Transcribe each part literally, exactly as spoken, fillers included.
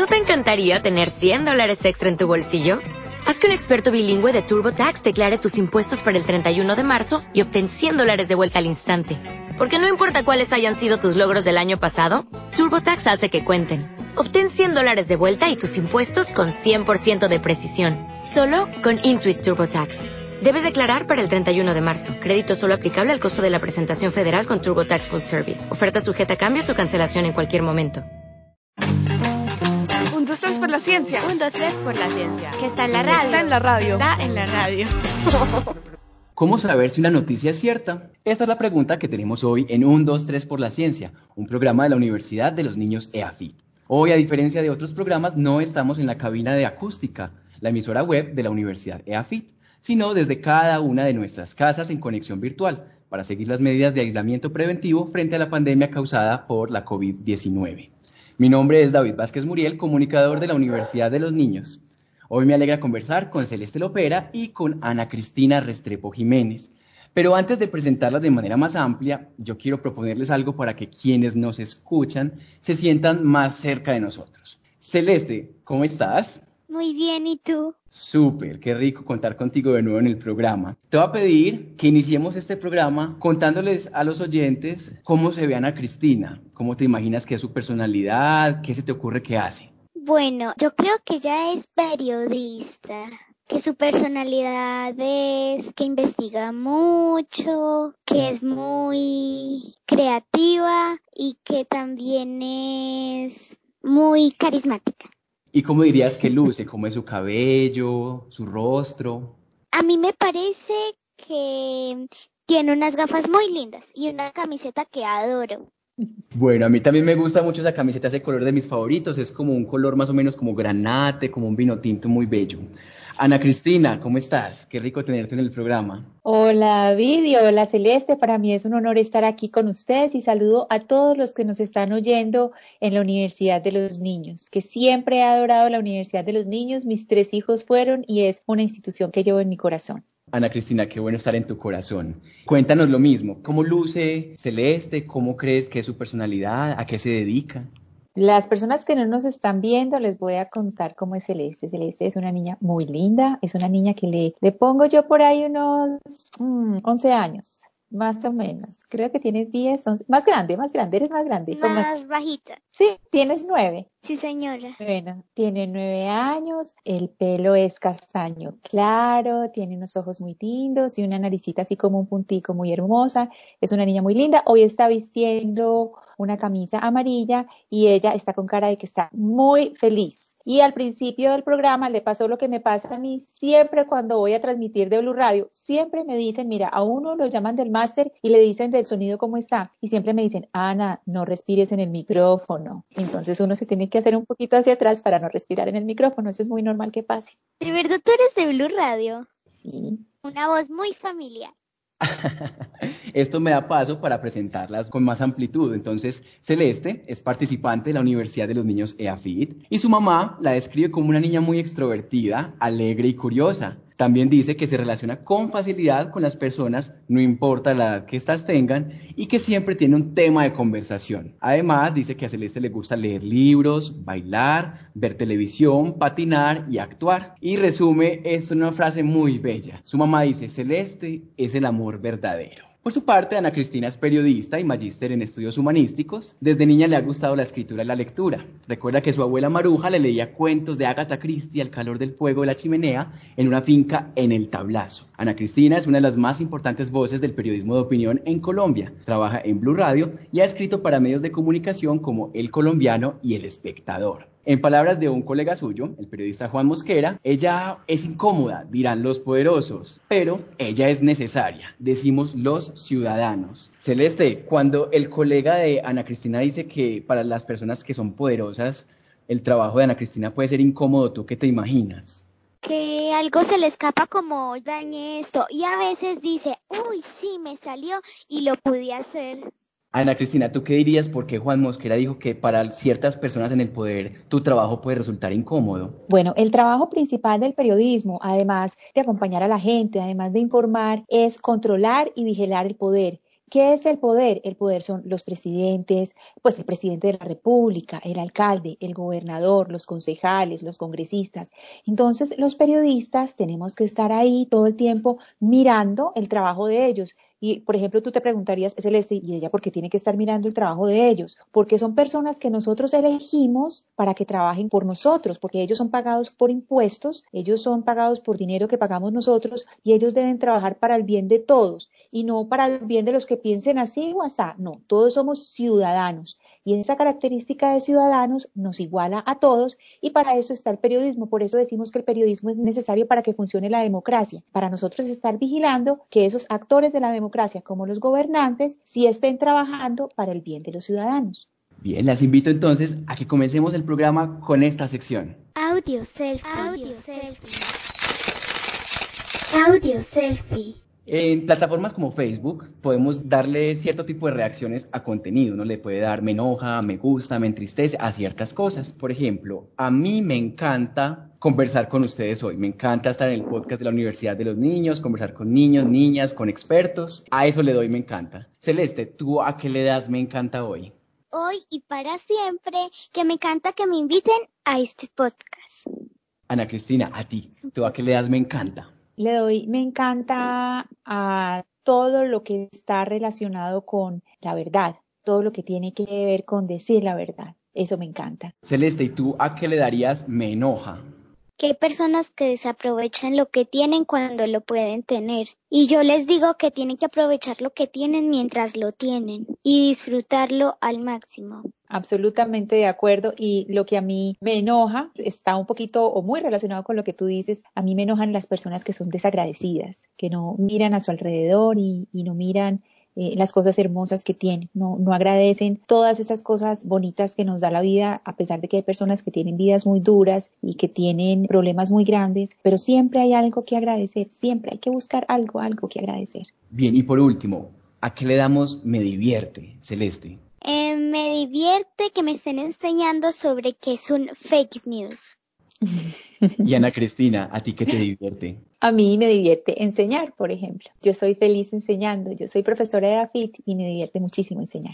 ¿No te encantaría tener cien dólares extra en tu bolsillo? Haz que un experto bilingüe de TurboTax declare tus impuestos para el treinta y uno de marzo y obtén cien dólares de vuelta al instante. Porque no importa cuáles hayan sido tus logros del año pasado, TurboTax hace que cuenten. Obtén cien dólares de vuelta y tus impuestos con cien por ciento de precisión. Solo con Intuit TurboTax. Debes declarar para el treinta y uno de marzo. Crédito solo aplicable al costo de la presentación federal con TurboTax Full Service. Oferta sujeta a cambios o cancelación en cualquier momento. Un, dos, tres por la ciencia. Un, dos, tres por la ciencia. Que está en la radio. Está en la radio. Está en la radio. ¿Cómo saber si una noticia es cierta? Esta es la pregunta que tenemos hoy en Un, dos, tres por la ciencia, un programa de la Universidad de los Niños E A F I T. Hoy, a diferencia de otros programas, no estamos en la cabina de acústica, la emisora web de la Universidad E A F I T, sino desde cada una de nuestras casas en conexión virtual, para seguir las medidas de aislamiento preventivo frente a la pandemia causada por la COVID diecinueve. Mi nombre es David Vázquez Muriel, comunicador de la Universidad de los Niños. Hoy me alegra conversar con Celeste Lopera y con Ana Cristina Restrepo Jiménez. Pero antes de presentarlas de manera más amplia, yo quiero proponerles algo para que quienes nos escuchan se sientan más cerca de nosotros. Celeste, ¿cómo estás? Muy bien, ¿y tú? Súper, qué rico contar contigo de nuevo en el programa. Te voy a pedir que iniciemos este programa contándoles a los oyentes cómo se ve Ana Cristina, cómo te imaginas que es su personalidad, qué se te ocurre que hace. Bueno, yo creo que ella es periodista, que su personalidad es que investiga mucho, que es muy creativa y que también es muy carismática. ¿Y cómo dirías que luce? ¿Cómo es su cabello, su rostro? A mí me parece que tiene unas gafas muy lindas y una camiseta que adoro. Bueno, a mí también me gusta mucho esa camiseta, ese color de mis favoritos, es como un color más o menos como granate, como un vino tinto muy bello. Ana Cristina, ¿cómo estás? Qué rico tenerte en el programa. Hola David y hola Celeste, para mí es un honor estar aquí con ustedes y saludo a todos los que nos están oyendo en la Universidad de los Niños, que siempre he adorado la Universidad de los Niños, mis tres hijos fueron y es una institución que llevo en mi corazón. Ana Cristina, qué bueno estar en tu corazón. Cuéntanos lo mismo, ¿cómo luce Celeste? ¿Cómo crees que es su personalidad? ¿A qué se dedica? Las personas que no nos están viendo les voy a contar cómo es Celeste. Celeste es una niña muy linda, es una niña que le, le pongo yo por ahí unos mmm, once años, más o menos. Creo que tienes diez, once, más grande, más grande, eres más grande. Más, más bajita. Sí, tienes nueve. Sí, señora. Bueno, tiene nueve años, el pelo es castaño claro, tiene unos ojos muy lindos y una naricita así como un puntico muy hermosa. Es una niña muy linda. Hoy está vistiendo una camisa amarilla y ella está con cara de que está muy feliz. Y al principio del programa le pasó lo que me pasa a mí siempre cuando voy a transmitir de Blue Radio. Siempre me dicen, mira, a uno lo llaman del máster y le dicen del sonido cómo está. Y siempre me dicen, Ana, no respires en el micrófono. Entonces uno se tiene que hacer un poquito hacia atrás para no respirar en el micrófono. Eso es muy normal que pase. ¿De verdad tú eres de Blue Radio? Sí. Una voz muy familiar. Esto me da paso para presentarlas con más amplitud. Entonces, Celeste es participante de la Universidad de los Niños E A F I T y su mamá la describe como una niña muy extrovertida, alegre y curiosa. También dice que se relaciona con facilidad con las personas, no importa la edad que éstas tengan, y que siempre tiene un tema de conversación. Además, dice que a Celeste le gusta leer libros, bailar, ver televisión, patinar y actuar. Y resume esto en una frase muy bella. Su mamá dice, Celeste es el amor verdadero. Por su parte, Ana Cristina es periodista y magíster en estudios humanísticos. Desde niña le ha gustado la escritura y la lectura. Recuerda que su abuela Maruja le leía cuentos de Agatha Christie al calor del fuego de la chimenea en una finca en El Tablazo. Ana Cristina es una de las más importantes voces del periodismo de opinión en Colombia. Trabaja en Blue Radio y ha escrito para medios de comunicación como El Colombiano y El Espectador. En palabras de un colega suyo, el periodista Juan Mosquera, ella es incómoda, dirán los poderosos, pero ella es necesaria, decimos los ciudadanos. Celeste, cuando el colega de Ana Cristina dice que para las personas que son poderosas, el trabajo de Ana Cristina puede ser incómodo, ¿tú qué te imaginas? Que algo se le escapa como dañe esto y a veces dice, uy, sí, me salió y lo pude hacer. Ana Cristina, ¿tú qué dirías por qué Juan Mosquera dijo que para ciertas personas en el poder tu trabajo puede resultar incómodo? Bueno, el trabajo principal del periodismo, además de acompañar a la gente, además de informar, es controlar y vigilar el poder. ¿Qué es el poder? El poder son los presidentes, pues el presidente de la República, el alcalde, el gobernador, los concejales, los congresistas. Entonces, los periodistas tenemos que estar ahí todo el tiempo mirando el trabajo de ellos. Y, por ejemplo, tú te preguntarías, Celeste, ¿y ella por qué tiene que estar mirando el trabajo de ellos? Porque son personas que nosotros elegimos para que trabajen por nosotros, porque ellos son pagados por impuestos, ellos son pagados por dinero que pagamos nosotros y ellos deben trabajar para el bien de todos y no para el bien de los que piensen así o asá. No, todos somos ciudadanos y esa característica de ciudadanos nos iguala a todos y para eso está el periodismo. Por eso decimos que el periodismo es necesario para que funcione la democracia, para nosotros estar vigilando que esos actores de la democracia como los gobernantes, sí estén trabajando para el bien de los ciudadanos. Bien, las invito entonces a que comencemos el programa con esta sección. Audio selfie. Audio selfie. Audio selfie. En plataformas como Facebook podemos darle cierto tipo de reacciones a contenido. Uno le puede dar me enoja, me gusta, me entristece a ciertas cosas. Por ejemplo, a mí me encanta conversar con ustedes hoy. Me encanta estar en el podcast de la Universidad de los Niños, conversar con niños, niñas, con expertos. A eso le doy me encanta. Celeste, ¿tú a qué le das me encanta hoy? Hoy y para siempre, que me encanta que me inviten a este podcast. Ana Cristina, a ti, ¿tú a qué le das me encanta? Le doy me encanta a todo lo que está relacionado con la verdad, todo lo que tiene que ver con decir la verdad. Eso me encanta. Celeste, ¿y tú a qué le darías me enoja? Que hay personas que desaprovechan lo que tienen cuando lo pueden tener. Y yo les digo que tienen que aprovechar lo que tienen mientras lo tienen y disfrutarlo al máximo. Absolutamente de acuerdo, y lo que a mí me enoja está un poquito o muy relacionado con lo que tú dices. A mí me enojan las personas que son desagradecidas, que no miran a su alrededor y, y no miran eh, las cosas hermosas que tienen, no, no agradecen todas esas cosas bonitas que nos da la vida, a pesar de que hay personas que tienen vidas muy duras y que tienen problemas muy grandes, pero siempre hay algo que agradecer, siempre hay que buscar algo, algo que agradecer. Bien, y por último, ¿a qué le damos me divierte, Celeste? Eh, me divierte que me estén enseñando sobre qué es un fake news. Y Ana Cristina, ¿a ti qué te divierte? A mí me divierte enseñar, por ejemplo. Yo soy feliz enseñando. Yo soy profesora de A F I T y me divierte muchísimo enseñar.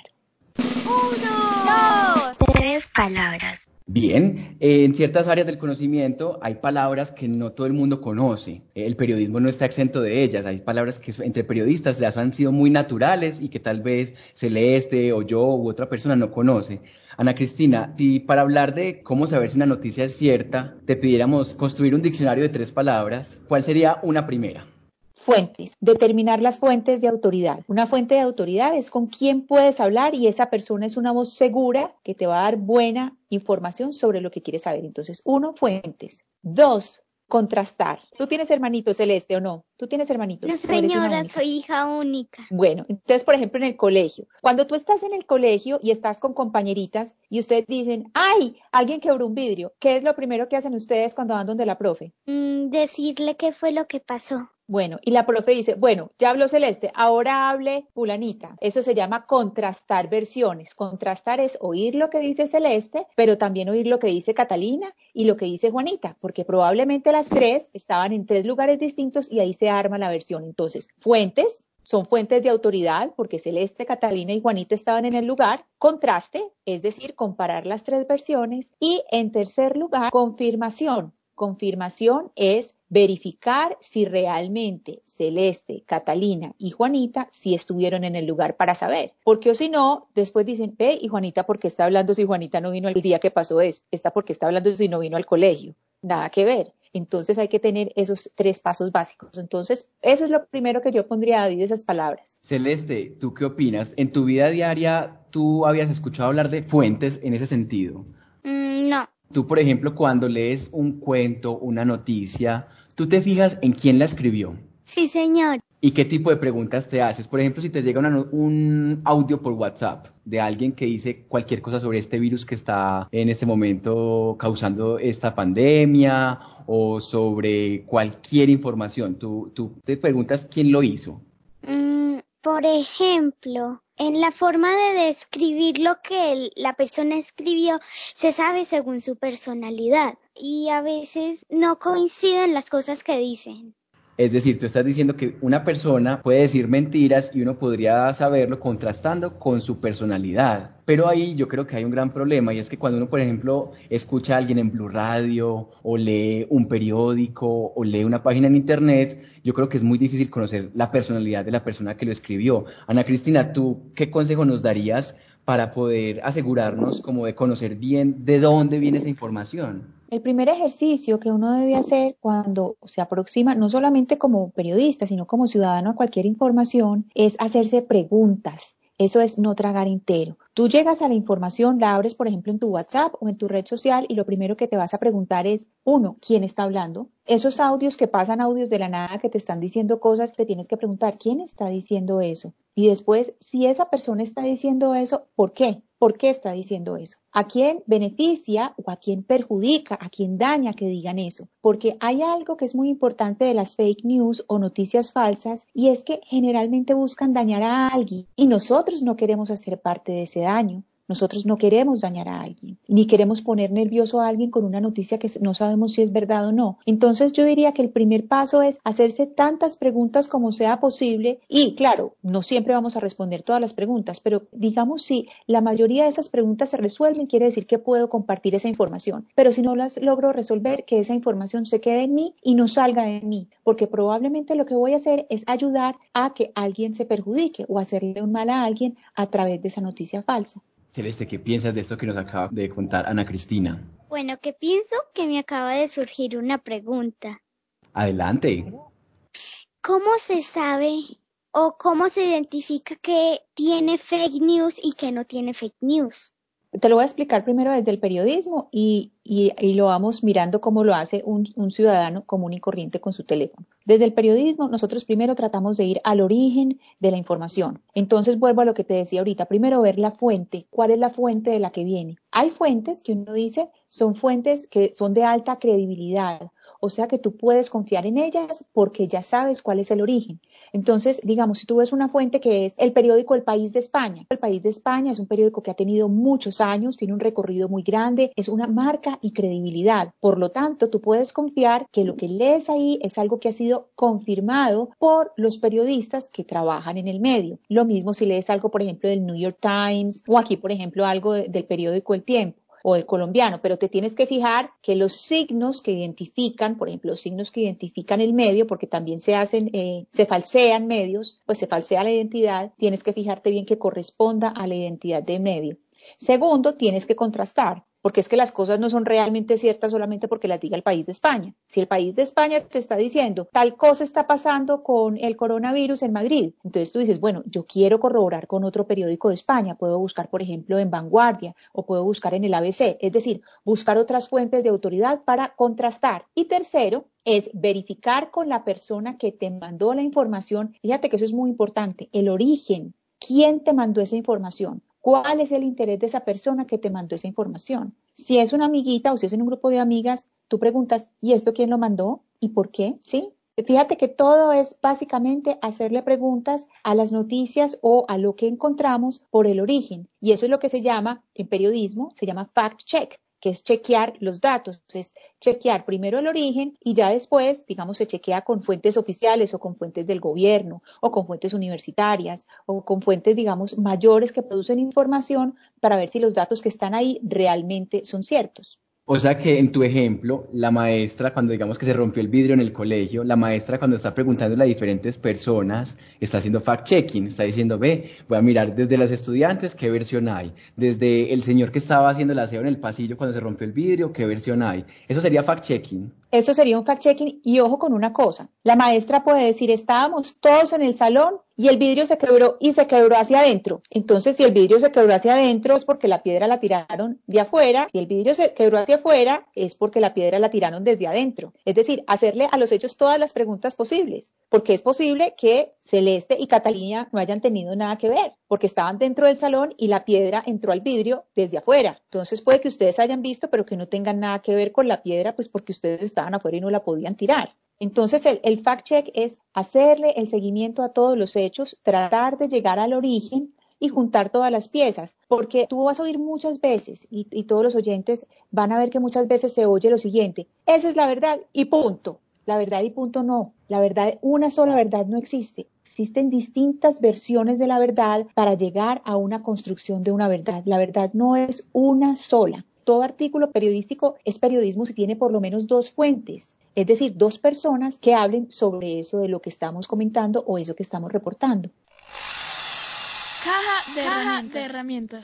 Uno, dos, tres palabras. Bien, eh, en ciertas áreas del conocimiento hay palabras que no todo el mundo conoce. El periodismo no está exento de ellas. Hay palabras que entre periodistas las han sido muy naturales y que tal vez Celeste o yo u otra persona no conoce. Ana Cristina, si para hablar de cómo saber si una noticia es cierta, te pidiéramos construir un diccionario de tres palabras, ¿cuál sería una primera? Fuentes. Determinar las fuentes de autoridad. Una fuente de autoridad es con quién puedes hablar y esa persona es una voz segura que te va a dar buena información sobre lo que quieres saber. Entonces, uno, fuentes. Dos, contrastar. ¿Tú tienes hermanitos, Celeste, o no? ¿Tú tienes hermanitos? No, señora, soy hija única. Bueno, entonces, por ejemplo, en el colegio. Cuando tú estás en el colegio y estás con compañeritas y ustedes dicen, ¡ay! Alguien quebró un vidrio. ¿Qué es lo primero que hacen ustedes cuando van donde la profe? Mm, decirle qué fue lo que pasó. Bueno, y la profe dice, bueno, ya habló Celeste, ahora hable fulanita. Eso se llama contrastar versiones. Contrastar es oír lo que dice Celeste, pero también oír lo que dice Catalina y lo que dice Juanita, porque probablemente las tres estaban en tres lugares distintos y ahí se arma la versión. Entonces, fuentes son fuentes de autoridad, porque Celeste, Catalina y Juanita estaban en el lugar. Contraste, es decir, comparar las tres versiones. Y en tercer lugar, confirmación. Confirmación es verificar si realmente Celeste, Catalina y Juanita sí estuvieron en el lugar para saber. Porque o si no, después dicen, ve, y Juanita, ¿por qué está hablando si Juanita no vino el día que pasó eso? Está porque está hablando si no vino al colegio. Nada que ver. Entonces hay que tener esos tres pasos básicos. Entonces, eso es lo primero que yo pondría a David, esas palabras. Celeste, ¿tú qué opinas? ¿En tu vida diaria tú habías escuchado hablar de fuentes en ese sentido? Mm, no. Tú, por ejemplo, cuando lees un cuento, una noticia, ¿tú te fijas en quién la escribió? Sí, señor. ¿Y qué tipo de preguntas te haces? Por ejemplo, si te llega una no- un audio por WhatsApp de alguien que dice cualquier cosa sobre este virus que está en este momento causando esta pandemia o sobre cualquier información, ¿tú, tú te preguntas quién lo hizo? Mm, por ejemplo, en la forma de describir lo que el- la persona escribió, se sabe según su personalidad y a veces no coinciden las cosas que dicen. Es decir, tú estás diciendo que una persona puede decir mentiras y uno podría saberlo contrastando con su personalidad. Pero ahí yo creo que hay un gran problema y es que cuando uno, por ejemplo, escucha a alguien en Blue Radio o lee un periódico o lee una página en internet, yo creo que es muy difícil conocer la personalidad de la persona que lo escribió. Ana Cristina, ¿tú qué consejo nos darías para poder asegurarnos como de conocer bien de dónde viene esa información? El primer ejercicio que uno debe hacer cuando se aproxima, no solamente como periodista, sino como ciudadano a cualquier información, es hacerse preguntas. Eso es no tragar entero. Tú llegas a la información, la abres, por ejemplo, en tu WhatsApp o en tu red social y lo primero que te vas a preguntar es, uno, ¿quién está hablando? Esos audios que pasan, audios de la nada que te están diciendo cosas, te tienes que preguntar, ¿quién está diciendo eso? Y después, si esa persona está diciendo eso, ¿por qué? ¿Por qué está diciendo eso? ¿A quién beneficia o a quién perjudica, a quién daña que digan eso? Porque hay algo que es muy importante de las fake news o noticias falsas y es que generalmente buscan dañar a alguien y nosotros no queremos hacer parte de ese daño. Nosotros no queremos dañar a alguien, ni queremos poner nervioso a alguien con una noticia que no sabemos si es verdad o no. Entonces yo diría que el primer paso es hacerse tantas preguntas como sea posible y claro, no siempre vamos a responder todas las preguntas, pero digamos si la mayoría de esas preguntas se resuelven, quiere decir que puedo compartir esa información. Pero si no las logro resolver, que esa información se quede en mí y no salga de mí, porque probablemente lo que voy a hacer es ayudar a que alguien se perjudique o hacerle un mal a alguien a través de esa noticia falsa. Celeste, ¿qué piensas de esto que nos acaba de contar Ana Cristina? Bueno, que pienso que me acaba de surgir una pregunta. Adelante. ¿Cómo se sabe o cómo se identifica que tiene fake news y que no tiene fake news? Te lo voy a explicar primero desde el periodismo y, y, y lo vamos mirando cómo lo hace un, un ciudadano común y corriente con su teléfono. Desde el periodismo, nosotros primero tratamos de ir al origen de la información. Entonces vuelvo a lo que te decía ahorita. Primero ver la fuente. ¿Cuál es la fuente de la que viene? Hay fuentes que uno dice son fuentes que son de alta credibilidad. O sea que tú puedes confiar en ellas porque ya sabes cuál es el origen. Entonces, digamos, si tú ves una fuente que es el periódico El País de España. El País de España es un periódico que ha tenido muchos años, tiene un recorrido muy grande, es una marca y credibilidad. Por lo tanto, tú puedes confiar que lo que lees ahí es algo que ha sido confirmado por los periodistas que trabajan en el medio. Lo mismo si lees algo, por ejemplo, del New York Times o aquí, por ejemplo, algo de, del periódico El Tiempo o el colombiano, pero te tienes que fijar que los signos que identifican, por ejemplo, los signos que identifican el medio, porque también se hacen, eh, se falsean medios, pues se falsea la identidad, tienes que fijarte bien que corresponda a la identidad de medio. Segundo, tienes que contrastar, porque es que las cosas no son realmente ciertas solamente porque las diga el País de España. Si el País de España te está diciendo tal cosa está pasando con el coronavirus en Madrid, entonces tú dices, bueno, yo quiero corroborar con otro periódico de España, puedo buscar, por ejemplo, en Vanguardia o puedo buscar en el A B C, es decir, buscar otras fuentes de autoridad para contrastar. Y tercero, es verificar con la persona que te mandó la información, fíjate que eso es muy importante, el origen, quién te mandó esa información. ¿Cuál es el interés de esa persona que te mandó esa información? Si es una amiguita o si es en un grupo de amigas, tú preguntas, ¿y esto quién lo mandó? ¿Y por qué? ¿Sí? Fíjate que todo es básicamente hacerle preguntas a las noticias o a lo que encontramos por el origen. Y eso es lo que se llama, en periodismo, se llama fact check, que es chequear los datos, es chequear primero el origen y ya después, digamos, se chequea con fuentes oficiales o con fuentes del gobierno o con fuentes universitarias o con fuentes, digamos, mayores que producen información para ver si los datos que están ahí realmente son ciertos. O sea que en tu ejemplo, la maestra, cuando digamos que se rompió el vidrio en el colegio, la maestra cuando está preguntándole a diferentes personas, está haciendo fact-checking, está diciendo, ve, voy a mirar desde las estudiantes qué versión hay, desde el señor que estaba haciendo el aseo en el pasillo cuando se rompió el vidrio, qué versión hay. Eso sería fact-checking. Eso sería un fact-checking y ojo con una cosa, la maestra puede decir, estábamos todos en el salón y el vidrio se quebró y se quebró hacia adentro. Entonces, si el vidrio se quebró hacia adentro es porque la piedra la tiraron de afuera, si el vidrio se quebró hacia afuera es porque la piedra la tiraron desde adentro. Es decir, hacerle a los hechos todas las preguntas posibles, porque es posible que Celeste y Catalina no hayan tenido nada que ver, porque estaban dentro del salón y la piedra entró al vidrio desde afuera. Entonces, puede que ustedes hayan visto, pero que no tengan nada que ver con la piedra, pues porque ustedes estaban afuera y no la podían tirar. Entonces el, el fact-check es hacerle el seguimiento a todos los hechos, tratar de llegar al origen y juntar todas las piezas, porque tú vas a oír muchas veces y, y todos los oyentes van a ver que muchas veces se oye lo siguiente, esa es la verdad y punto. la verdad y punto no. La verdad, una sola verdad no existe. Existen distintas versiones de la verdad para llegar a una construcción de una verdad. La verdad no es una sola. Todo artículo periodístico es periodismo si tiene por lo menos dos fuentes, es decir, dos personas que hablen sobre eso de lo que estamos comentando o eso que estamos reportando. Caja de Caja herramientas. De herramientas.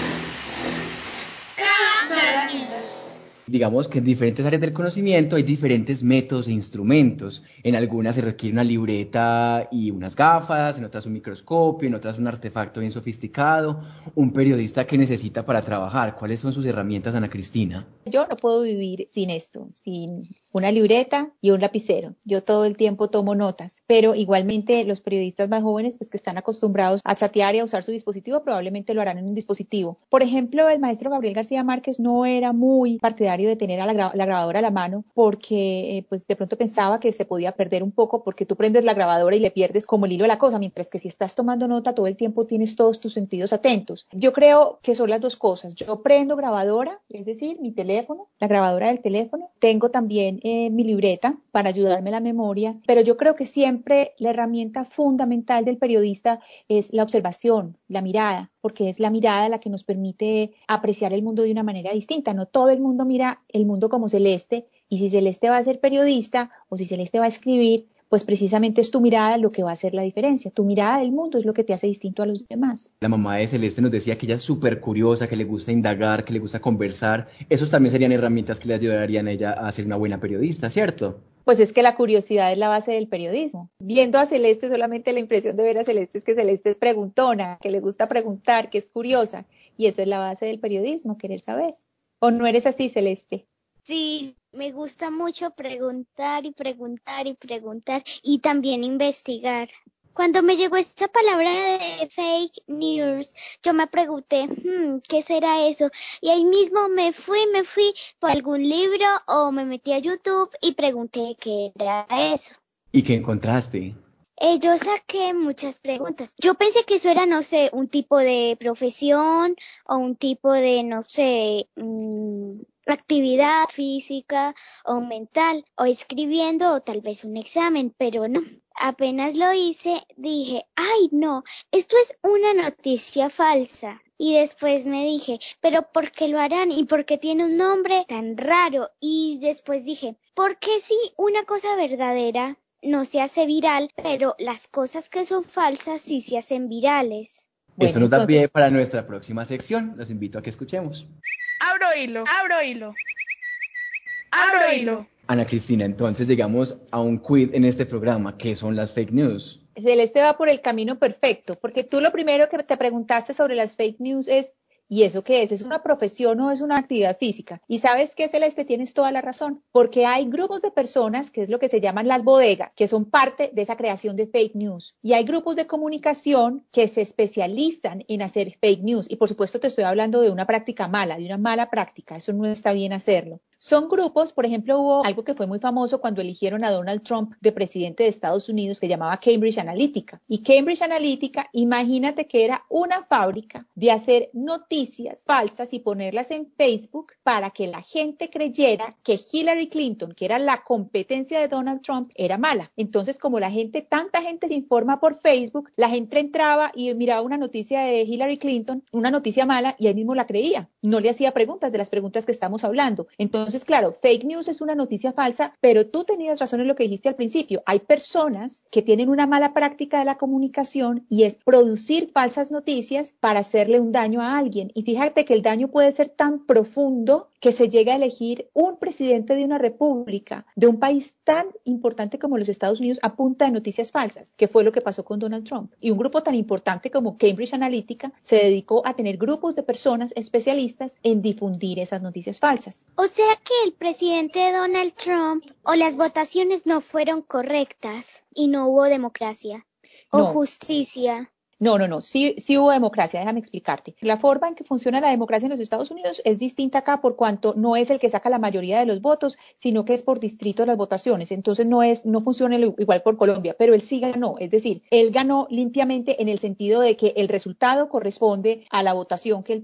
Caja de herramientas. Digamos que en diferentes áreas del conocimiento hay diferentes métodos e instrumentos. En algunas se requiere una libreta y unas gafas, en otras un microscopio, en otras un artefacto bien sofisticado. Un periodista que necesita para trabajar. ¿Cuáles son sus herramientas, Ana Cristina? Yo no puedo vivir sin esto, sin una libreta y un lapicero. Yo todo el tiempo tomo notas, pero igualmente los periodistas más jóvenes, pues que están acostumbrados a chatear y a usar su dispositivo, probablemente lo harán en un dispositivo. Por ejemplo, el maestro Gabriel García Márquez no era muy partidario de tener a la, gra- la grabadora a la mano porque eh, pues de pronto pensaba que se podía perder un poco porque tú prendes la grabadora y le pierdes como el hilo de la cosa, mientras que si estás tomando nota todo el tiempo tienes todos tus sentidos atentos. Yo creo que son las dos cosas. Yo prendo grabadora, es decir, mi teléfono, la grabadora del teléfono. Tengo también eh, mi libreta para ayudarme a la memoria, pero yo creo que siempre la herramienta fundamental del periodista es la observación, la mirada, porque es la mirada la que nos permite apreciar el mundo de una manera distinta. No todo el mundo mira el mundo como Celeste, y si Celeste va a ser periodista o si Celeste va a escribir, pues precisamente es tu mirada lo que va a hacer la diferencia. Tu mirada del mundo es lo que te hace distinto a los demás. La mamá de Celeste nos decía que ella es súper curiosa, que le gusta indagar, que le gusta conversar. Esos también serían herramientas que le ayudarían a ella a ser una buena periodista, ¿cierto? Pues es que la curiosidad es la base del periodismo. Viendo a Celeste, solamente la impresión de ver a Celeste es que Celeste es preguntona, que le gusta preguntar, que es curiosa. Y esa es la base del periodismo, querer saber. ¿O no eres así, Celeste? Sí, me gusta mucho preguntar y preguntar y preguntar y también investigar. Cuando me llegó esta palabra de fake news, yo me pregunté, hmm, ¿qué será eso? Y ahí mismo me fui, me fui por algún libro o me metí a YouTube y pregunté qué era eso. ¿Y qué encontraste? Eh, yo saqué muchas preguntas. Yo pensé que eso era, no sé, un tipo de profesión o un tipo de, no sé, mmm, actividad física o mental o escribiendo o tal vez un examen, pero no. Apenas lo hice, dije, ay no, esto es una noticia falsa. Y después me dije, pero ¿por qué lo harán? ¿Y por qué tiene un nombre tan raro? Y después dije, ¿por qué si una cosa verdadera no se hace viral, pero las cosas que son falsas sí se hacen virales? Bueno, Eso nos entonces... da pie para nuestra próxima sección. Los invito a que escuchemos. Abro hilo, abro hilo, abro hilo. Ana Cristina, entonces llegamos a un quiz en este programa. ¿Qué son las fake news? Celeste va por el camino perfecto, porque tú lo primero que te preguntaste sobre las fake news es, ¿y eso qué es? ¿Es una profesión o es una actividad física? Y ¿sabes qué, Celeste? Tienes toda la razón, porque hay grupos de personas, que es lo que se llaman las bodegas, que son parte de esa creación de fake news. Y hay grupos de comunicación que se especializan en hacer fake news. Y por supuesto te estoy hablando de una práctica mala, de una mala práctica. Eso no está bien hacerlo. Son grupos, por ejemplo, hubo algo que fue muy famoso cuando eligieron a Donald Trump de presidente de Estados Unidos que se llamaba Cambridge Analytica. Y Cambridge Analytica, imagínate que era una fábrica de hacer noticias falsas y ponerlas en Facebook para que la gente creyera que Hillary Clinton, que era la competencia de Donald Trump, era mala. Entonces, como la gente, tanta gente se informa por Facebook, la gente entraba y miraba una noticia de Hillary Clinton, una noticia mala, y ahí mismo la creía. No le hacía preguntas de las preguntas que estamos hablando. Entonces, Entonces, claro, fake news es una noticia falsa, pero tú tenías razón en lo que dijiste al principio. Hay personas que tienen una mala práctica de la comunicación y es producir falsas noticias para hacerle un daño a alguien. Y fíjate que el daño puede ser tan profundo que se llega a elegir un presidente de una república, de un país tan importante como los Estados Unidos, a punta de noticias falsas, que fue lo que pasó con Donald Trump. Y un grupo tan importante como Cambridge Analytica se dedicó a tener grupos de personas especialistas en difundir esas noticias falsas. O sea que el presidente Donald Trump o las votaciones no fueron correctas y no hubo democracia o no. justicia. No, no, no, sí, sí hubo democracia, déjame explicarte. La forma en que funciona la democracia en los Estados Unidos es distinta acá por cuanto no es el que saca la mayoría de los votos, sino que es por distrito de las votaciones. Entonces no es, no funciona igual por Colombia, pero él sí ganó. Es decir, él ganó limpiamente en el sentido de que el resultado corresponde a la votación que él tuvo.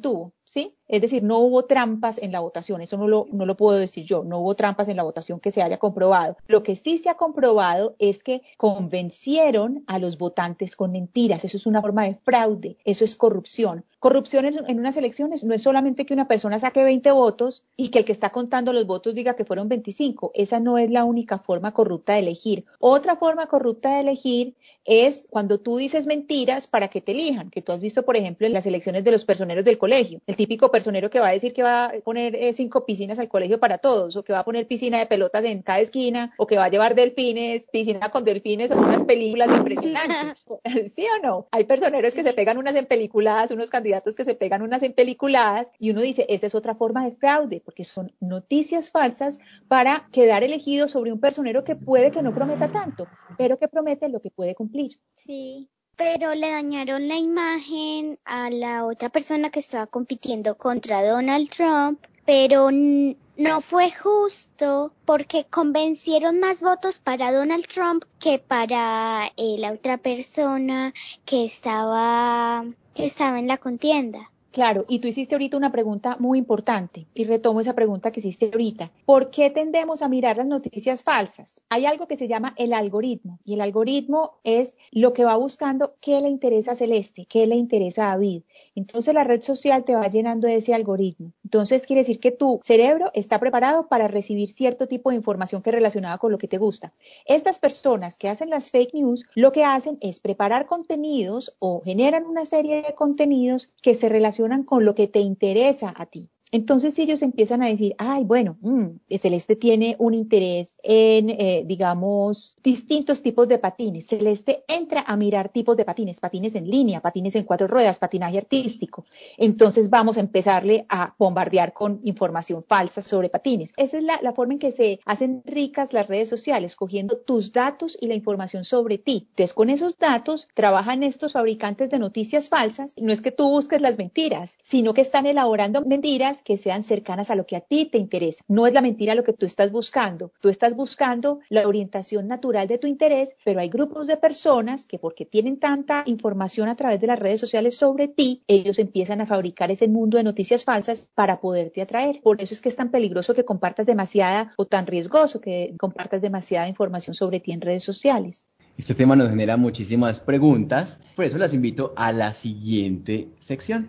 ¿sí? Es decir, no hubo trampas en la votación, eso no lo, no lo puedo decir yo, no hubo trampas en la votación que se haya comprobado. Lo que sí se ha comprobado es que convencieron a los votantes con mentiras, eso es una forma de fraude, eso es corrupción. Corrupción en, en unas elecciones no es solamente que una persona saque veinte votos y que el que está contando los votos diga que fueron veinticinco, esa no es la única forma corrupta de elegir. Otra forma corrupta de elegir es cuando tú dices mentiras para que te elijan, que tú has visto, por ejemplo, en las elecciones de los personeros del colegio, el típico personero que va a decir que va a poner eh, cinco piscinas al colegio para todos, o que va a poner piscina de pelotas en cada esquina, o que va a llevar delfines, piscina con delfines, o unas películas impresionantes. ¿Sí o no? Hay personeros que se pegan unas en peliculadas, unos candidatos que se pegan unas en peliculadas, y uno dice, esa es otra forma de fraude, porque son noticias falsas para quedar elegido sobre un personero que puede que no prometa tanto, pero que promete lo que puede cumplir. Sí, pero le dañaron la imagen a la otra persona que estaba compitiendo contra Donald Trump, pero n- no fue justo porque convencieron más votos para Donald Trump que para eh, la otra persona que estaba, que estaba en la contienda. Claro, y tú hiciste ahorita una pregunta muy importante, y retomo esa pregunta que hiciste ahorita. ¿Por qué tendemos a mirar las noticias falsas? Hay algo que se llama el algoritmo, y el algoritmo es lo que va buscando qué le interesa a Celeste, qué le interesa a David. Entonces la red social te va llenando de ese algoritmo. Entonces quiere decir que tu cerebro está preparado para recibir cierto tipo de información que es relacionada con lo que te gusta. Estas personas que hacen las fake news, lo que hacen es preparar contenidos o generan una serie de contenidos que se relacionan con lo que te interesa a ti. Entonces, si ellos empiezan a decir, ay, bueno, mmm, Celeste tiene un interés en, eh, digamos, distintos tipos de patines. Celeste entra a mirar tipos de patines, patines en línea, patines en cuatro ruedas, patinaje artístico. Entonces, vamos a empezarle a bombardear con información falsa sobre patines. Esa es la, la forma en que se hacen ricas las redes sociales, cogiendo tus datos y la información sobre ti. Entonces, con esos datos trabajan estos fabricantes de noticias falsas. No es que tú busques las mentiras, sino que están elaborando mentiras que sean cercanas a lo que a ti te interesa. No es la mentira lo que tú estás buscando. Tú estás buscando la orientación natural de tu interés, pero hay grupos de personas que porque tienen tanta información a través de las redes sociales sobre ti, ellos empiezan a fabricar ese mundo de noticias falsas para poderte atraer. Por eso es que es tan peligroso que compartas demasiada o tan riesgoso que compartas demasiada información sobre ti en redes sociales. Este tema nos genera muchísimas preguntas, por eso las invito a la siguiente sección.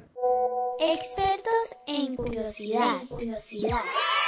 Expertos en curiosidad. curiosidad.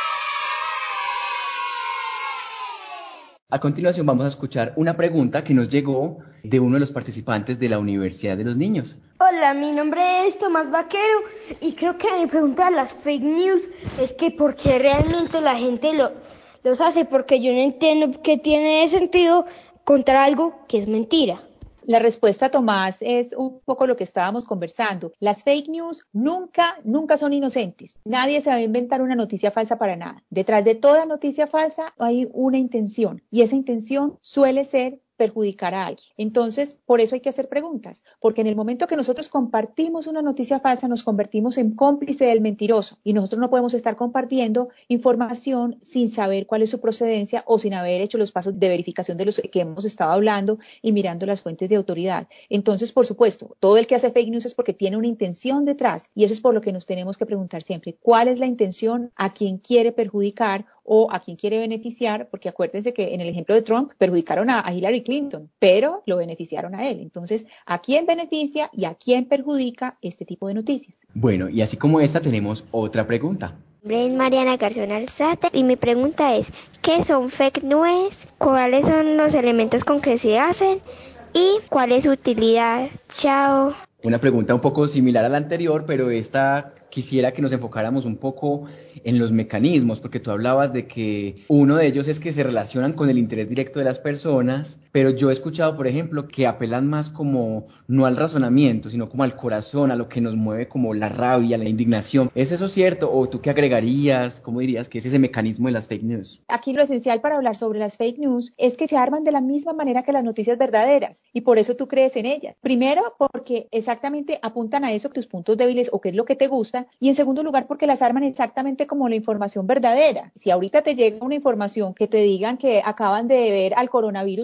A continuación vamos a escuchar una pregunta que nos llegó de uno de los participantes de la Universidad de los Niños. Hola, mi nombre es Tomás Vaquero y creo que mi pregunta de las fake news es que por qué realmente la gente lo, los hace, porque yo no entiendo qué tiene de sentido contar algo que es mentira. La respuesta, Tomás, es un poco lo que estábamos conversando. Las fake news nunca, nunca son inocentes. Nadie se va a inventar una noticia falsa para nada. Detrás de toda noticia falsa hay una intención y esa intención suele ser perjudicar a alguien. Entonces, por eso hay que hacer preguntas, porque en el momento que nosotros compartimos una noticia falsa, nos convertimos en cómplice del mentiroso y nosotros no podemos estar compartiendo información sin saber cuál es su procedencia o sin haber hecho los pasos de verificación de los que hemos estado hablando y mirando las fuentes de autoridad. Entonces, por supuesto, todo el que hace fake news es porque tiene una intención detrás y eso es por lo que nos tenemos que preguntar siempre, ¿cuál es la intención? ¿A quién quiere perjudicar o a quién quiere beneficiar? Porque acuérdense que en el ejemplo de Trump perjudicaron a, a Hillary Clinton, pero lo beneficiaron a él. Entonces, ¿a quién beneficia y a quién perjudica este tipo de noticias? Bueno, y así como esta tenemos otra pregunta. Mi nombre es Mariana Garzón Alzate y mi pregunta es, ¿qué son fake news? ¿Cuáles son los elementos con que se hacen? ¿Y cuál es su utilidad? Chao. Una pregunta un poco similar a la anterior, pero esta quisiera que nos enfocáramos un poco en los mecanismos, porque tú hablabas de que uno de ellos es que se relacionan con el interés directo de las personas, pero yo he escuchado, por ejemplo, que apelan más como no al razonamiento, sino como al corazón, a lo que nos mueve como la rabia, la indignación. ¿Es eso cierto? ¿O tú qué agregarías? ¿Cómo dirías que es ese mecanismo de las fake news? Aquí lo esencial para hablar sobre las fake news es que se arman de la misma manera que las noticias verdaderas y por eso tú crees en ellas. Primero, porque exactamente apuntan a eso, tus puntos débiles o qué es lo que te gusta, y en segundo lugar porque las arman exactamente como la información verdadera. Si ahorita te llega una información que te digan que acaban de ver al coronavirus caminando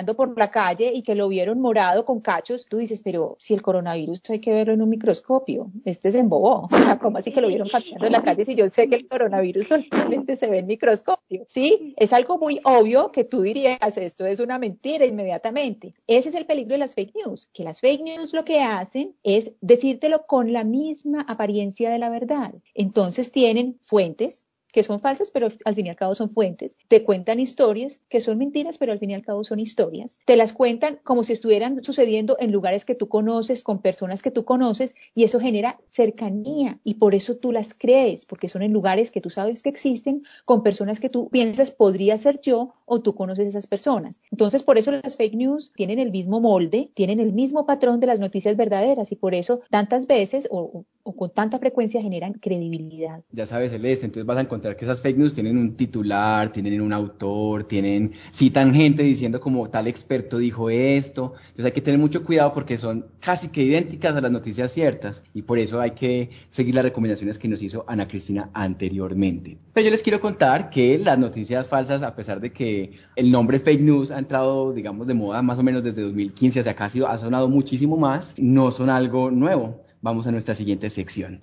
paseando por la calle y que lo vieron morado con cachos, tú dices, pero si el coronavirus hay que verlo en un microscopio, este se embobó, o sea, ¿cómo así que lo vieron paseando en la calle si yo sé que el coronavirus solamente se ve en microscopio? Sí, es algo muy obvio que tú dirías, esto es una mentira inmediatamente. Ese es el peligro de las fake news, que las fake news lo que hacen es decírtelo con la misma apariencia de la verdad. Entonces tienen fuentes que son falsas, pero al fin y al cabo son fuentes, te cuentan historias que son mentiras, pero al fin y al cabo son historias, te las cuentan como si estuvieran sucediendo en lugares que tú conoces, con personas que tú conoces, y eso genera cercanía, y por eso tú las crees, porque son en lugares que tú sabes que existen, con personas que tú piensas podría ser yo, o tú conoces a esas personas. Entonces, por eso las fake news tienen el mismo molde, tienen el mismo patrón de las noticias verdaderas, y por eso tantas veces, o, o, o con tanta frecuencia, generan credibilidad. Ya sabes, Celeste, entonces vas a encontrar que esas fake news tienen un titular, tienen un autor, tienen, citan gente diciendo como tal experto dijo esto, entonces hay que tener mucho cuidado porque son casi que idénticas a las noticias ciertas y por eso hay que seguir las recomendaciones que nos hizo Ana Cristina anteriormente. Pero yo les quiero contar que las noticias falsas, a pesar de que el nombre fake news ha entrado, digamos, de moda más o menos desde dos mil quince hacia acá, ha, sido, ha sonado muchísimo más, no son algo nuevo. Vamos a nuestra siguiente sección.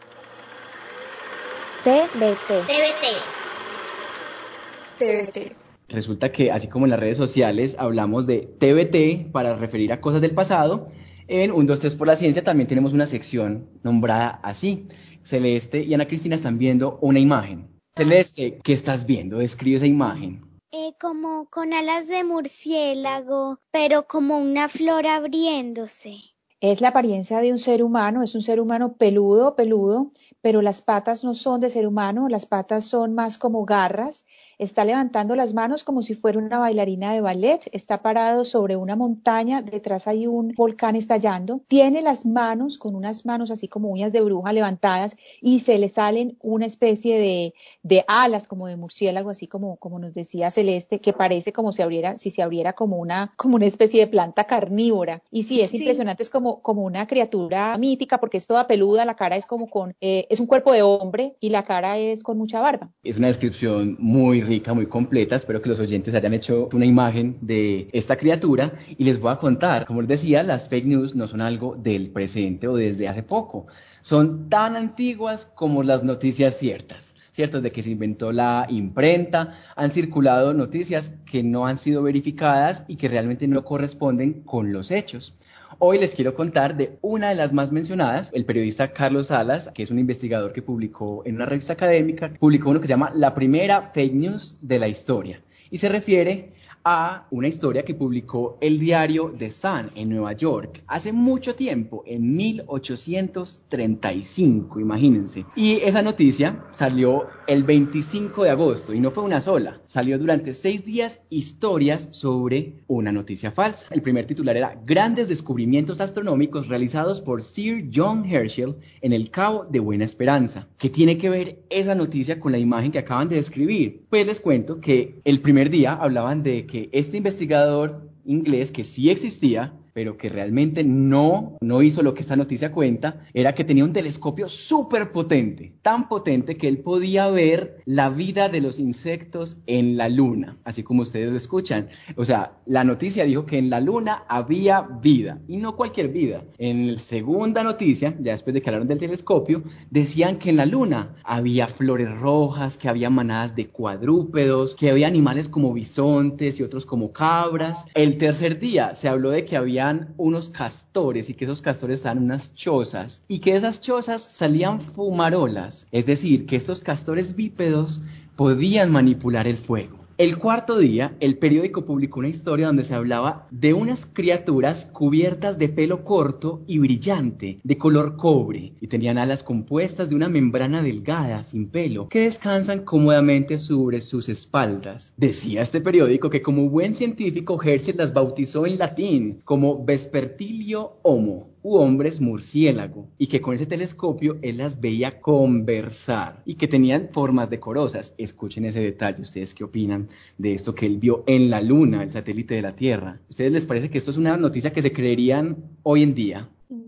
T B T. T B T. T B T. Resulta que así como en las redes sociales hablamos de T B T para referir a cosas del pasado, en uno, dos, tres por la ciencia también tenemos una sección nombrada así. Celeste y Ana Cristina están viendo una imagen. Celeste, ¿qué estás viendo? Describe esa imagen. Eh, como con alas de murciélago, pero como una flor abriéndose. Es la apariencia de un ser humano, es un ser humano peludo, peludo, pero las patas no son de ser humano, las patas son más como garras. Está levantando las manos como si fuera una bailarina de ballet, está parado sobre una montaña, detrás hay un volcán estallando, tiene las manos con unas manos así como uñas de bruja levantadas y se le salen una especie de, de alas como de murciélago, así como, como nos decía Celeste, que parece como si abriera, si se abriera como una, como una especie de planta carnívora. Y sí, es sí. impresionante, es como, como una criatura mítica porque es toda peluda, la cara es como con, eh, es un cuerpo de hombre y la cara es con mucha barba. Es una descripción muy rica, muy completa. Espero que los oyentes hayan hecho una imagen de esta criatura y les voy a contar. Como les decía, las fake news no son algo del presente o desde hace poco. Son tan antiguas como las noticias ciertas. Cierto, desde que se inventó la imprenta, han circulado noticias que no han sido verificadas y que realmente no corresponden con los hechos. Hoy les quiero contar de una de las más mencionadas, el periodista Carlos Salas, que es un investigador que publicó en una revista académica, publicó uno que se llama La primera fake news de la historia y se refiere a una historia que publicó el diario The Sun en Nueva York hace mucho tiempo, en mil ochocientos treinta y cinco, imagínense. Y esa noticia salió el veinticinco de agosto y no fue una sola, salió durante seis días historias sobre una noticia falsa. El primer titular era Grandes descubrimientos astronómicos realizados por Sir John Herschel en el Cabo de Buena Esperanza. ¿Qué tiene que ver esa noticia con la imagen que acaban de describir? Pues les cuento que el primer día hablaban de que que este investigador inglés, que sí existía, pero que realmente no, no hizo lo que esta noticia cuenta, era que tenía un telescopio súper potente, tan potente que él podía ver la vida de los insectos en la luna, así como ustedes lo escuchan. O sea, la noticia dijo que en la luna había vida, y no cualquier vida. En la segunda noticia, ya después de que hablaron del telescopio, decían que en la luna había flores rojas, que había manadas de cuadrúpedos, que había animales como bisontes y otros como cabras. El tercer día se habló de que había unos castores y que esos castores estaban en unas chozas y que de esas chozas salían fumarolas, es decir, que estos castores bípedos podían manipular el fuego. El cuarto día, el periódico publicó una historia donde se hablaba de unas criaturas cubiertas de pelo corto y brillante, de color cobre, y tenían alas compuestas de una membrana delgada, sin pelo, que descansan cómodamente sobre sus espaldas. Decía este periódico que como buen científico Herschel las bautizó en latín como Vespertilio Homo, u hombres murciélago, y que con ese telescopio él las veía conversar y que tenían formas decorosas. Escuchen ese detalle, ¿ustedes qué opinan de esto que él vio en la luna, el satélite de la Tierra? ¿Ustedes les parece que esto es una noticia que se creerían hoy en día?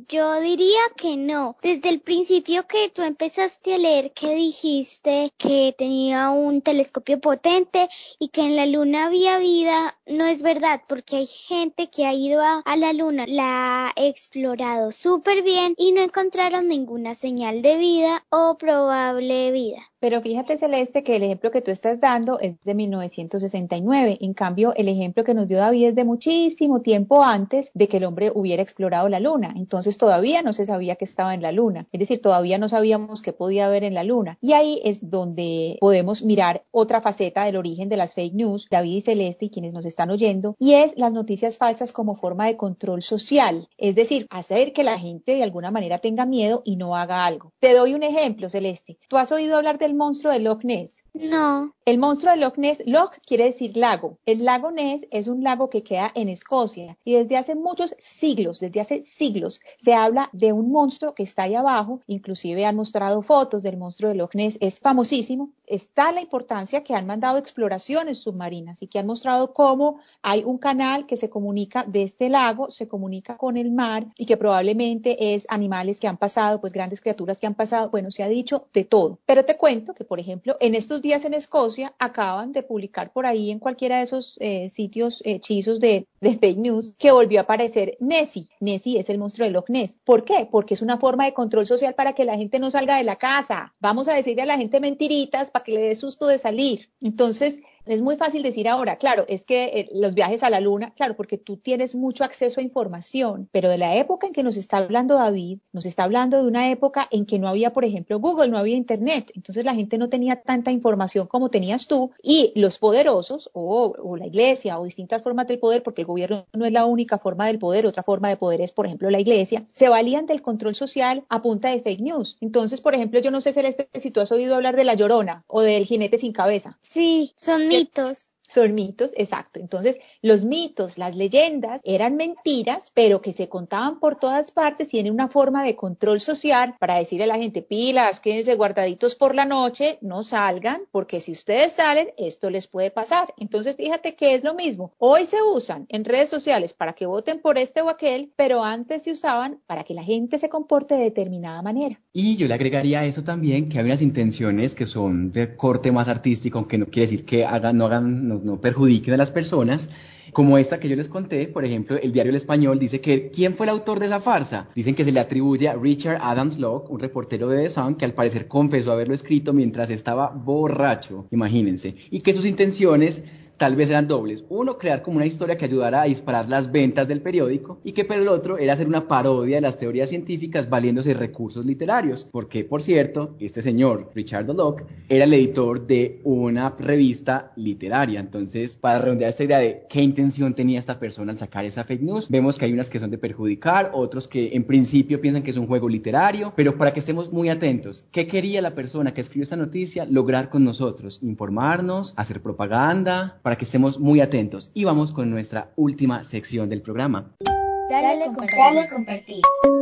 Yo diría que no. Desde el principio que tú empezaste a leer que dijiste que tenía un telescopio potente y que en la luna había vida, no es verdad, porque hay gente que ha ido a, a la luna, la ha explorado súper bien y no encontraron ninguna señal de vida o probable vida. Pero fíjate, Celeste, que el ejemplo que tú estás dando es de mil novecientos sesenta y nueve. En cambio, el ejemplo que nos dio David es de muchísimo tiempo antes de que el hombre hubiera explorado la luna. Entonces todavía no se sabía que estaba en la luna. Es decir, todavía no sabíamos qué podía haber en la luna. Y ahí es donde podemos mirar otra faceta del origen de las fake news, David y Celeste y quienes nos están oyendo, y es las noticias falsas como forma de control social. Es decir, hacer que la gente de alguna manera tenga miedo y no haga algo. Te doy un ejemplo, Celeste. ¿Tú has oído hablar de el monstruo de Loch Ness? No. El monstruo de Loch Ness, Loch quiere decir lago. El lago Ness es un lago que queda en Escocia y desde hace muchos siglos, desde hace siglos, se habla de un monstruo que está ahí abajo. Inclusive han mostrado fotos del monstruo de Loch Ness, es famosísimo. Está la importancia que han mandado exploraciones submarinas y que han mostrado cómo hay un canal que se comunica de este lago, se comunica con el mar y que probablemente es animales que han pasado, pues grandes criaturas que han pasado. Bueno, se ha dicho de todo. Pero te cuento que, por ejemplo, en estos días en Escocia acaban de publicar por ahí en cualquiera de esos eh, sitios hechizos de, de fake news que volvió a aparecer Nessie. Nessie es el monstruo de Loch Ness. ¿Por qué? Porque es una forma de control social para que la gente no salga de la casa. Vamos a decirle a la gente mentiritas para que le dé susto de salir. Entonces, es muy fácil decir ahora, claro, es que eh, los viajes a la luna, claro, porque tú tienes mucho acceso a información, pero de la época en que nos está hablando David, nos está hablando de una época en que no había, por ejemplo, Google, no había Internet, entonces la gente no tenía tanta información como tenías tú y los poderosos o, o la iglesia o distintas formas del poder, porque el gobierno no es la única forma del poder, otra forma de poder es, por ejemplo, la iglesia, se valían del control social a punta de fake news. Entonces, por ejemplo, yo no sé, Celeste, si tú has oído hablar de La Llorona o del Jinete sin Cabeza. Sí, son mitos. Son mitos, exacto. Entonces, los mitos, las leyendas eran mentiras, pero que se contaban por todas partes y en una forma de control social para decirle a la gente, pilas, quédense guardaditos por la noche, no salgan, porque si ustedes salen, esto les puede pasar. Entonces, fíjate que es lo mismo. Hoy se usan en redes sociales para que voten por este o aquel, pero antes se usaban para que la gente se comporte de determinada manera. Y yo le agregaría a eso también que hay unas intenciones que son de corte más artístico, aunque no quiere decir que hagan, no hagan, no, no perjudiquen a las personas, como esta que yo les conté. Por ejemplo, el diario El Español dice que ¿quién fue el autor de esa farsa? Dicen que se le atribuye a Richard Adams Locke, un reportero de The Sun, que al parecer confesó haberlo escrito mientras estaba borracho, imagínense, y que sus intenciones tal vez eran dobles. Uno, crear como una historia que ayudara a disparar las ventas del periódico, y que pero el otro era hacer una parodia de las teorías científicas valiéndose de recursos literarios. Porque, por cierto, este señor, Richard Locke, era el editor de una revista literaria. Entonces, para redondear esta idea de qué intención tenía esta persona al sacar esa fake news, vemos que hay unas que son de perjudicar, otros que en principio piensan que es un juego literario, pero para que estemos muy atentos, ¿qué quería la persona que escribió esta noticia lograr con nosotros? Informarnos, hacer propaganda, para que estemos muy atentos. Y vamos con nuestra última sección del programa. Dale a compartir. Dale a compartir.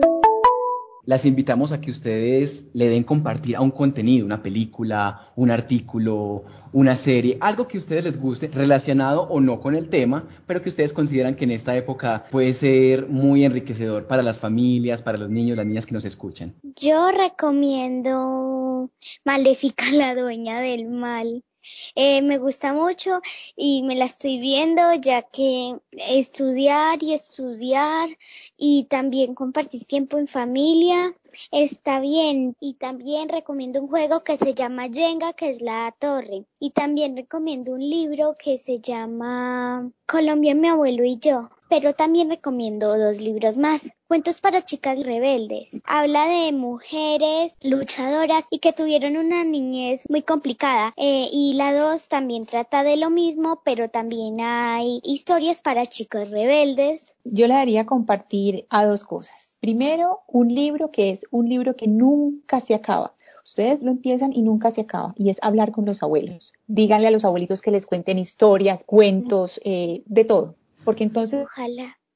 Las invitamos a que ustedes le den compartir a un contenido, una película, un artículo, una serie, algo que a ustedes les guste, relacionado o no con el tema, pero que ustedes consideran que en esta época puede ser muy enriquecedor para las familias, para los niños, las niñas que nos escuchan. Yo recomiendo Maléfica, la dueña del mal. Eh, me gusta mucho y me la estoy viendo, ya que estudiar y estudiar y también compartir tiempo en familia está bien. Y también recomiendo un juego que se llama Jenga, que es la torre. Y también recomiendo un libro que se llama Colombia, mi abuelo y yo. Pero también recomiendo dos libros más. Cuentos para chicas rebeldes. Habla de mujeres luchadoras y que tuvieron una niñez muy complicada. Eh, y la dos también trata de lo mismo, pero también hay historias para chicos rebeldes. Yo le daría a compartir a dos cosas. Primero, un libro que es un libro que nunca se acaba. Ustedes lo empiezan y nunca se acaba, y es Hablar con los abuelos. Díganle a los abuelitos que les cuenten historias, cuentos, eh, de todo. Porque entonces Ojalá.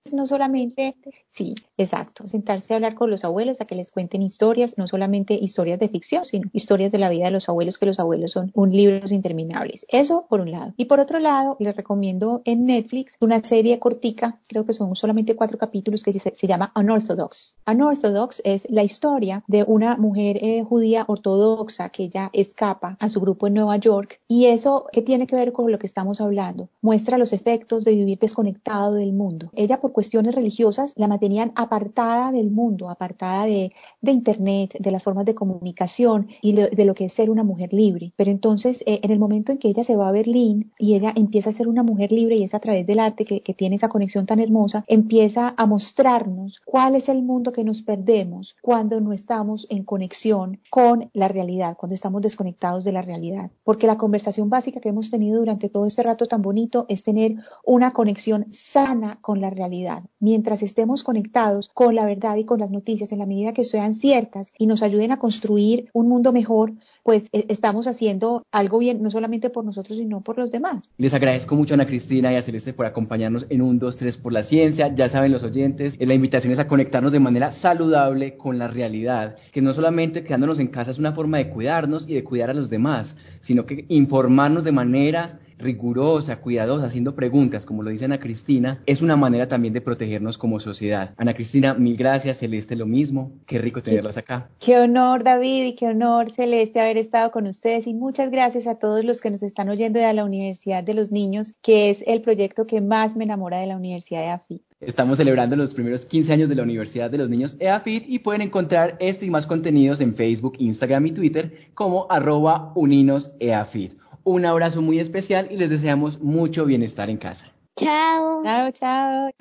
no solamente, sí, exacto, sentarse a hablar con los abuelos, a que les cuenten historias, no solamente historias de ficción, sino historias de la vida de los abuelos, que los abuelos son un libros interminables. Eso por un lado. Y por otro lado, les recomiendo en Netflix una serie cortica, creo que son solamente cuatro capítulos, que se, se llama Unorthodox. Unorthodox es la historia de una mujer eh, judía ortodoxa que ella escapa a su grupo en Nueva York. Y eso, ¿qué tiene que ver con lo que estamos hablando? Muestra los efectos de vivir desconectado del mundo. Ella, por cuestiones religiosas, la mantenían apartada del mundo, apartada de, de internet, de las formas de comunicación y de, de lo que es ser una mujer libre. Pero entonces, eh, en el momento en que ella se va a Berlín y ella empieza a ser una mujer libre, y es a través del arte que, que tiene esa conexión tan hermosa, empieza a mostrarnos cuál es el mundo que nos perdemos cuando no estamos en conexión con la realidad, cuando estamos desconectados de la realidad. Porque la conversación básica que hemos tenido durante todo este rato tan bonito es tener una conexión sana con la realidad. Mientras estemos conectados con la verdad y con las noticias, en la medida que sean ciertas y nos ayuden a construir un mundo mejor, pues eh, estamos haciendo algo bien, no solamente por nosotros, sino por los demás. Les agradezco mucho a Ana Cristina y a Celeste por acompañarnos en un, dos, tres por la ciencia. Ya saben los oyentes, la invitación es a conectarnos de manera saludable con la realidad, que no solamente quedándonos en casa es una forma de cuidarnos y de cuidar a los demás, sino que informarnos de manera rigurosa, cuidadosa, haciendo preguntas, como lo dice Ana Cristina, es una manera también de protegernos como sociedad. Ana Cristina, mil gracias, Celeste, lo mismo, qué rico tenerlas acá. Qué honor, David, y qué honor, Celeste, haber estado con ustedes, y muchas gracias a todos los que nos están oyendo de la Universidad de los Niños, que es el proyecto que más me enamora de la Universidad de EAFIT. Estamos celebrando los primeros quince años de la Universidad de los Niños EAFIT y pueden encontrar este y más contenidos en Facebook, Instagram y Twitter como arroba uninoseafit. Un abrazo muy especial y les deseamos mucho bienestar en casa. Chao. Chao, chao.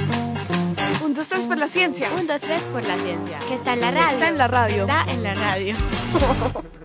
Un, dos, tres por la ciencia. Un, dos, tres por la ciencia. Que está en la radio. Está en la radio. Está en la radio.